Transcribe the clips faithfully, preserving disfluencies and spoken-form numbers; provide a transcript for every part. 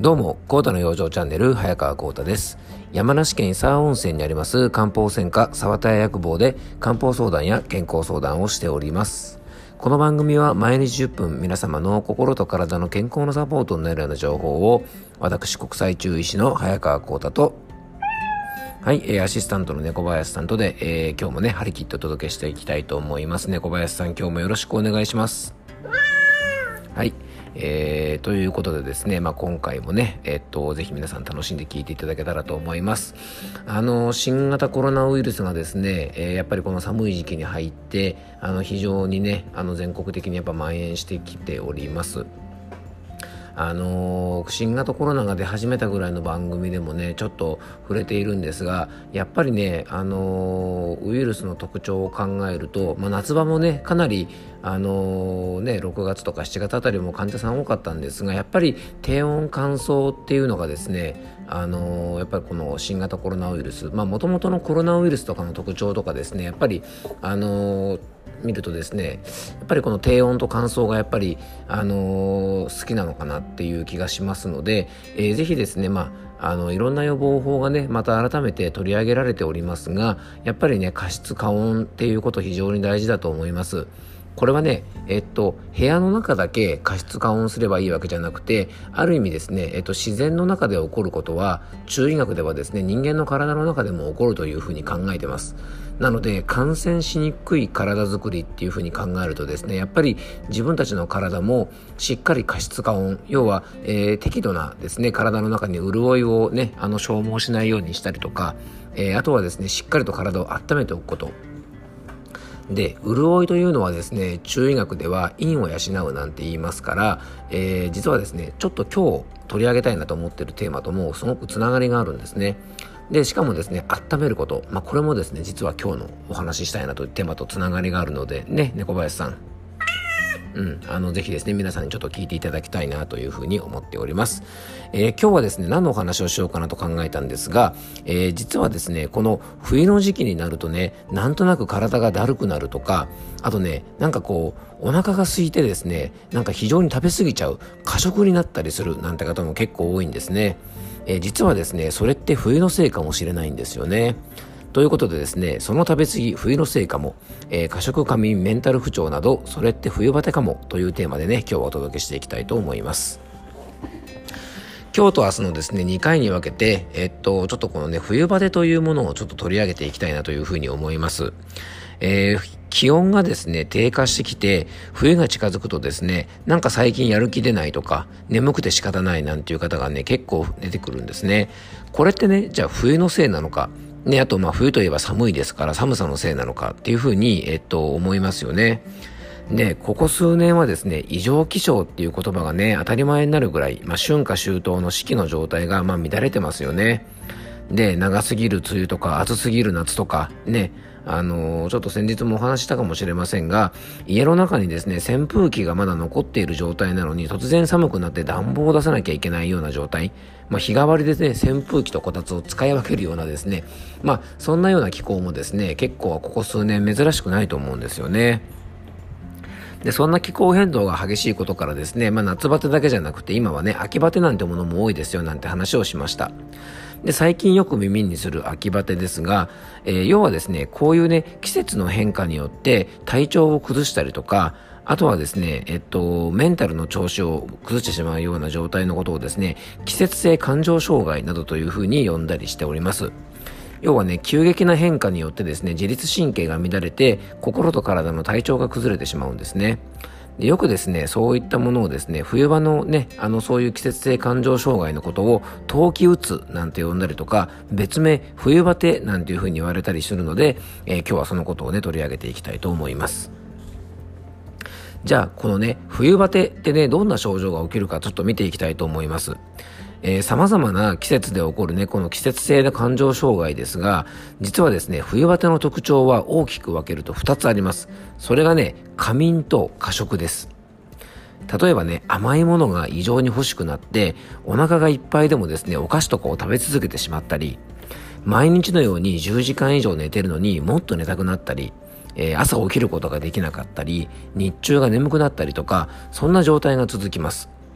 どうも、コータの養生チャンネル、早川コータです。山梨県伊佐温泉にあります漢方専科沢田屋薬房で漢方相談や健康相談をしております。この番組は毎日じゅっぷん皆様の心と体の健康のサポートになるような情報を私国際中医師の早川コータとはい、えー、アシスタントの猫林さんとで、えー、今日もね張り切ってお届けしていきたいと思います。猫林さん、今日もよろしくお願いします。はい、えー、ということでですね、まあ、今回もね、えっと、ぜひ皆さん楽しんで聞いていただけたらと思います。あの、新型コロナウイルスがですね、えー、やっぱりこの寒い時期に入って、あの、非常にね、あの、全国的にやっぱ蔓延してきております。あのー、新型コロナが出始めたぐらいの番組でもねちょっと触れているんですが、やっぱりね、あのー、ウイルスの特徴を考えると、まあ、夏場もねかなり、あのーね、ろくがつとかしちがつあたりも患者さん多かったんですが、やっぱり低温乾燥っていうのがですね、あのー、やっぱりこの新型コロナウイルス、まあ、元々のコロナウイルスとかの特徴とかですね、やっぱりあのー見るとですね、やっぱりこの低温と乾燥がやっぱり、あのー、好きなのかなっていう気がしますので、えー、ぜひですね、まあ、あのいろんな予防法がねまた改めて取り上げられておりますが、やっぱりね加湿加温っていうこと非常に大事だと思います。これはね、えっと、部屋の中だけ加湿加温すればいいわけじゃなくて、ある意味ですね、えっと、自然の中で起こることは中医学ではですね人間の体の中でも起こるというふうに考えてます。なので感染しにくい体づくりっていうふうに考えるとですね、やっぱり自分たちの体もしっかり加湿加温、要は、えー、適度なですね体の中に潤いをねあの消耗しないようにしたりとか、えー、あとはですねしっかりと体を温めておくことで、潤いというのはですね中医学では陰を養うなんて言いますから、えー、実はですねちょっと今日取り上げたいなと思っているテーマともすごくつながりがあるんですね。でしかもですね温めること、まあ、これもですね実は今日のお話ししたいなというテーマとつながりがあるのでね、猫林さん、うん、あのぜひですね皆さんにちょっと聞いていただきたいなというふうに思っております。えー、今日はですね何のお話をしようかなと考えたんですが、えー、実はですねこの冬の時期になるとねなんとなく体がだるくなるとか、あとねなんかこうお腹が空いてですねなんか非常に食べ過ぎちゃう、過食になったりするなんて方も結構多いんですね。えー、実はですねそれって冬のせいかもしれないんですよね。ということでですね、その食べ過ぎ冬のせいかも、えー、過食過眠メンタル不調などそれって冬バテかもというテーマでね今日はお届けしていきたいと思います。今日と明日のですねにかいに分けて、えっとちょっとこのね冬バテというものをちょっと取り上げていきたいなというふうに思います。えー、気温がですね低下してきて冬が近づくとですね、なんか最近やる気出ないとか眠くて仕方ないなんていう方がね結構出てくるんですね。これってねじゃあ冬のせいなのかね、あとまあ冬といえば寒いですから寒さのせいなのかっていうふうにえっと思いますよね。でここ数年はですね異常気象っていう言葉がね当たり前になるぐらい、まあ、春夏秋冬の四季の状態がまあ乱れてますよね。で長すぎる梅雨とか暑すぎる夏とかね、あのー、ちょっと先日もお話したかもしれませんが、家の中にですね扇風機がまだ残っている状態なのに突然寒くなって暖房を出さなきゃいけないような状態、まあ、日替わりでね扇風機とこたつを使い分けるようなですね、まあそんなような気候もですね結構ここ数年珍しくないと思うんですよね。でそんな気候変動が激しいことからですね、まあ、夏バテだけじゃなくて今はね秋バテなんてものも多いですよなんて話をしました。で最近よく耳にする秋バテですが、えー、要はですねこういうね季節の変化によって体調を崩したりとか、あとはですね、えっと、メンタルの調子を崩してしまうような状態のことをですね季節性感情障害などというふうに呼んだりしております。要はね急激な変化によってですね自律神経が乱れて心と体の体調が崩れてしまうんですね。でよくですねそういったものをですね冬場のねあのそういう季節性感情障害のことを冬季うつなんて呼んだりとか、別名冬バテなんていうふうに言われたりするので、えー、今日はそのことをね取り上げていきたいと思います。じゃあこのね冬バテってねどんな症状が起きるかちょっと見ていきたいと思います。えー、様々な季節で起こるねこの季節性の感情障害ですが、実はですね冬バテの特徴は大きく分けるとふたつあります。それがね過眠と過食です。例えばね甘いものが異常に欲しくなってお腹がいっぱいでもですねお菓子とかを食べ続けてしまったり、毎日のようにじゅうじかん以上寝てるのにもっと寝たくなったり、えー、朝起きることができなかったり日中が眠くなったりとか、そんな状態が続きます。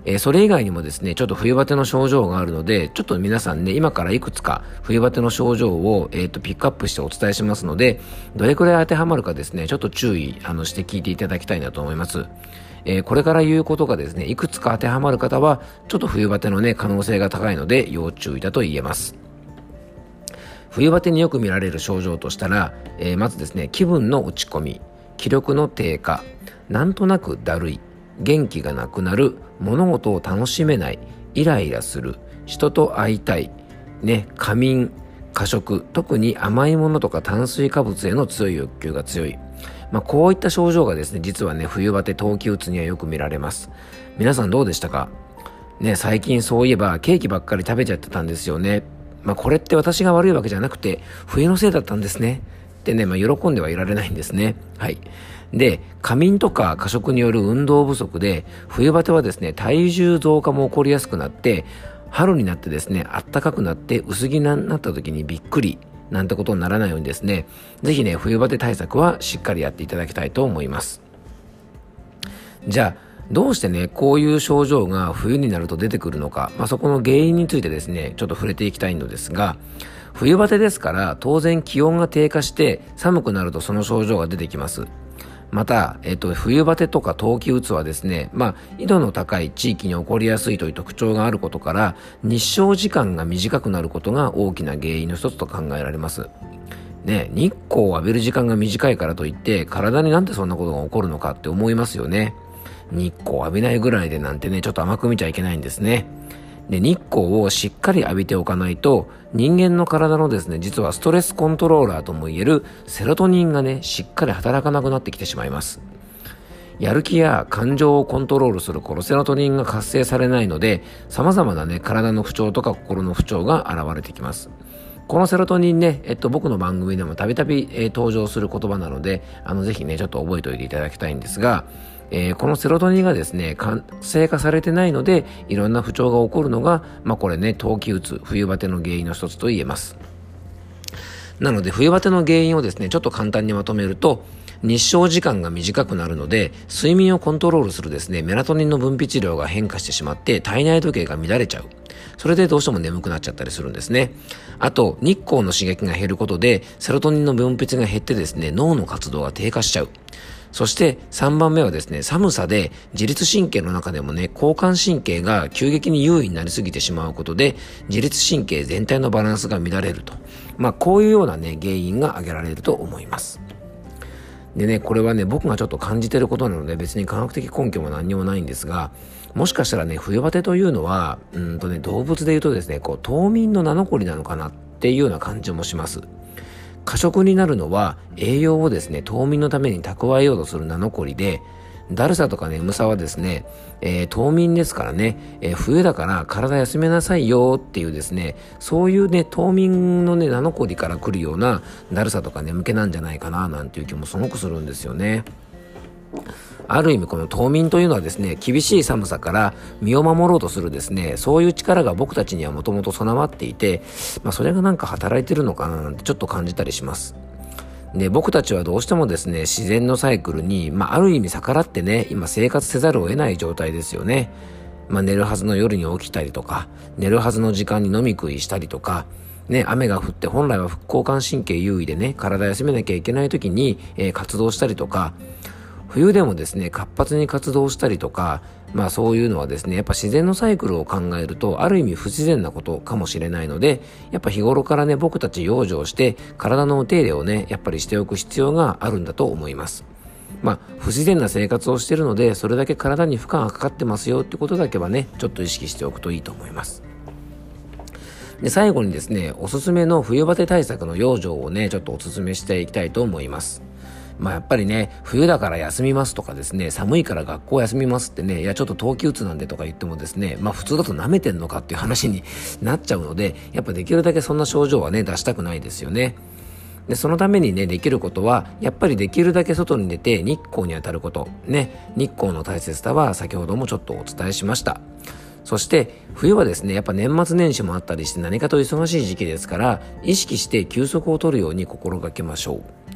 えー、それ以外にもですね、ちょっと冬バテの症状があるので、ちょっと皆さんね、今からいくつか冬バテの症状を、えー、とピックアップしてお伝えしますので、どれくらい当てはまるかですね、ちょっと注意あのして聞いていただきたいなと思います。えー、これから言うことがですね、いくつか当てはまる方は、ちょっと冬バテのね、可能性が高いので、要注意だと言えます。冬バテによく見られる症状としたら、えー、まずですね、気分の落ち込み、気力の低下、なんとなくだるい、元気がなくなる、物事を楽しめない、イライラする、人と会いたい、ね、過眠、過食、特に甘いものとか炭水化物への強い欲求が強い。まあ、こういった症状がですね、実はね、冬バテ、冬季うつにはよく見られます。皆さんどうでしたか？ね、最近そういえばケーキばっかり食べちゃってたんですよね。まあ、これって私が悪いわけじゃなくて、冬のせいだったんですね。ってね、まあ、喜んではいられないんですね。はい。で、過眠とか過食による運動不足で、冬バテはですね、体重増加も起こりやすくなって、春になってですね、暖かくなって薄着になった時にびっくりなんてことにならないようにですね、ぜひね、冬バテ対策はしっかりやっていただきたいと思います。じゃあ、どうしてね、こういう症状が冬になると出てくるのか、まあ、そこの原因についてですね、ちょっと触れていきたいのですが、冬バテですから当然気温が低下して寒くなるとその症状が出てきます。また、えっと、冬バテとか冬季うつはですね、まあ、緯度の高い地域に起こりやすいという特徴があることから、日照時間が短くなることが大きな原因の一つと考えられます。ね、日光を浴びる時間が短いからといって、体になんでそんなことが起こるのかって思いますよね。日光を浴びないぐらいでなんてね、ちょっと甘く見ちゃいけないんですね。で、日光をしっかり浴びておかないと、人間の体のですね、実はストレスコントローラーともいえるセロトニンがね、しっかり働かなくなってきてしまいます。やる気や感情をコントロールするこのセロトニンが活性されないので、様々なね、体の不調とか心の不調が現れてきます。このセロトニンね、えっと、僕の番組でもたびたび登場する言葉なので、あの、ぜひね、ちょっと覚えておいていただきたいんですが、えー、このセロトニンがですね、活性化されてないので、いろんな不調が起こるのが、まあこれね、冬季うつ、冬バテの原因の一つと言えます。なので、冬バテの原因をですね、ちょっと簡単にまとめると、日照時間が短くなるので、睡眠をコントロールするですね、メラトニンの分泌量が変化してしまって、体内時計が乱れちゃう。それでどうしても眠くなっちゃったりするんですね。あと、日光の刺激が減ることで、セロトニンの分泌が減ってですね、脳の活動が低下しちゃう。そしてさんばんめはですね、寒さで自律神経の中でもね、交感神経が急激に優位になりすぎてしまうことで、自律神経全体のバランスが乱れると。まあ、こういうようなね、原因が挙げられると思います。でね、これはね、僕がちょっと感じてることなので、別に科学的根拠も何にもないんですが、もしかしたらね、冬バテというのは、うんとね、動物で言うとですね、こう、冬眠の名残なのかなっていうような感じもします。過食になるのは栄養をですね、冬眠のために蓄えようとする名残で、だるさとか眠さはですね、えー、冬眠ですからね、えー、冬だから体休めなさいよっていうですね、そういうね、冬眠のね、名残から来るようなだるさとか眠気なんじゃないかななんていう気もすごくするんですよね。ある意味この冬眠というのはですね、厳しい寒さから身を守ろうとするですね、そういう力が僕たちにはもともと備わっていて、まあそれがなんか働いてるのかななんてちょっと感じたりします。で、僕たちはどうしてもですね、自然のサイクルに、まあある意味逆らってね、今生活せざるを得ない状態ですよね。まあ寝るはずの夜に起きたりとか、寝るはずの時間に飲み食いしたりとか、ね、雨が降って本来は副交感神経優位でね、体休めなきゃいけない時に、えー、活動したりとか、冬でもですね、活発に活動したりとか、まあそういうのはですね、やっぱ自然のサイクルを考えると、ある意味不自然なことかもしれないので、やっぱ日頃からね、僕たち養生して、体のお手入れをね、やっぱりしておく必要があるんだと思います。まあ、不自然な生活をしているので、それだけ体に負荷がかかってますよってことだけはね、ちょっと意識しておくといいと思います。で、最後にですね、おすすめの冬バテ対策の養生をね、ちょっとおすすめしていきたいと思います。まあやっぱりね、冬だから休みますとかですね、寒いから学校休みますってね、いやちょっと冬季うつなんでとか言ってもですね、まあ普通だと舐めてんのかっていう話になっちゃうので、やっぱできるだけそんな症状はね、出したくないですよね。で、そのためにね、できることは、やっぱりできるだけ外に出て日光に当たること、ね、日光の大切さは先ほどもちょっとお伝えしました。そして冬はですね、やっぱ年末年始もあったりして何かと忙しい時期ですから、意識して休息を取るように心がけましょう。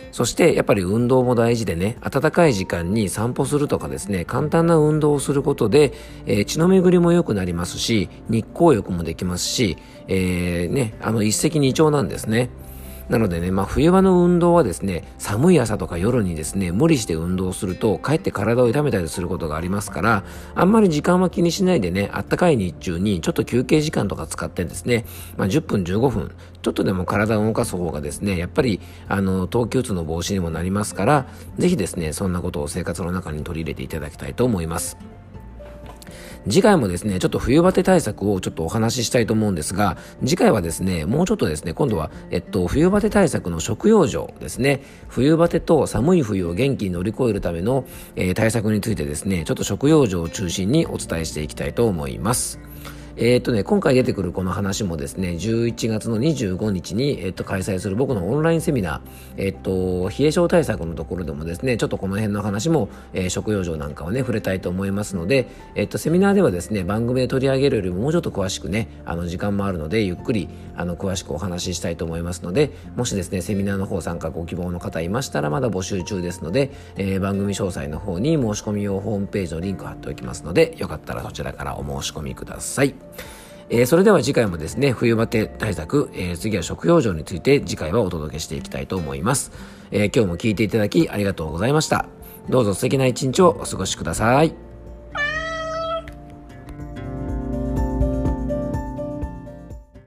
そしてやっぱり運動も大事でね、暖かい時間に散歩するとかですね、簡単な運動をすることで、えー、血の巡りも良くなりますし、日光浴もできますし、えー、ね、あの一石二鳥なんですね。なのでね、まあ冬場の運動はですね、寒い朝とか夜にですね、無理して運動すると、かえって体を痛めたりすることがありますから、あんまり時間は気にしないでね、あったかい日中にちょっと休憩時間とか使ってですね、まあじゅっぷんじゅうごふん、ちょっとでも体を動かす方がですね、やっぱり、あの、冬季うつの防止にもなりますから、ぜひですね、そんなことを生活の中に取り入れていただきたいと思います。次回もですね、ちょっと冬バテ対策をちょっとお話ししたいと思うんですが、次回はですね、もうちょっとですね、今度は、えっと、冬バテ対策の食養生ですね、冬バテと寒い冬を元気に乗り越えるための、えー、対策についてですね、ちょっと食養生を中心にお伝えしていきたいと思います。えっとね、今回出てくるこの話もですね、じゅういちがつのにじゅうごにちに、えっと、開催する僕のオンラインセミナー、えっと、冷え症対策のところでもですね、ちょっとこの辺の話も、えー、食養生なんかをね、触れたいと思いますので、えっと、セミナーではですね、番組で取り上げるよりももうちょっと詳しくね、あの、時間もあるので、ゆっくり、あの、詳しくお話ししたいと思いますので、もしですね、セミナーの方参加ご希望の方いましたら、まだ募集中ですので、えー、番組詳細の方に申し込み用ホームページのリンク貼っておきますので、よかったらそちらからお申し込みください。えー、それでは次回もですね、冬バテ対策、えー、次は食養生について次回はお届けしていきたいと思います。えー、今日も聞いていただきありがとうございました。どうぞ素敵な一日をお過ごしください。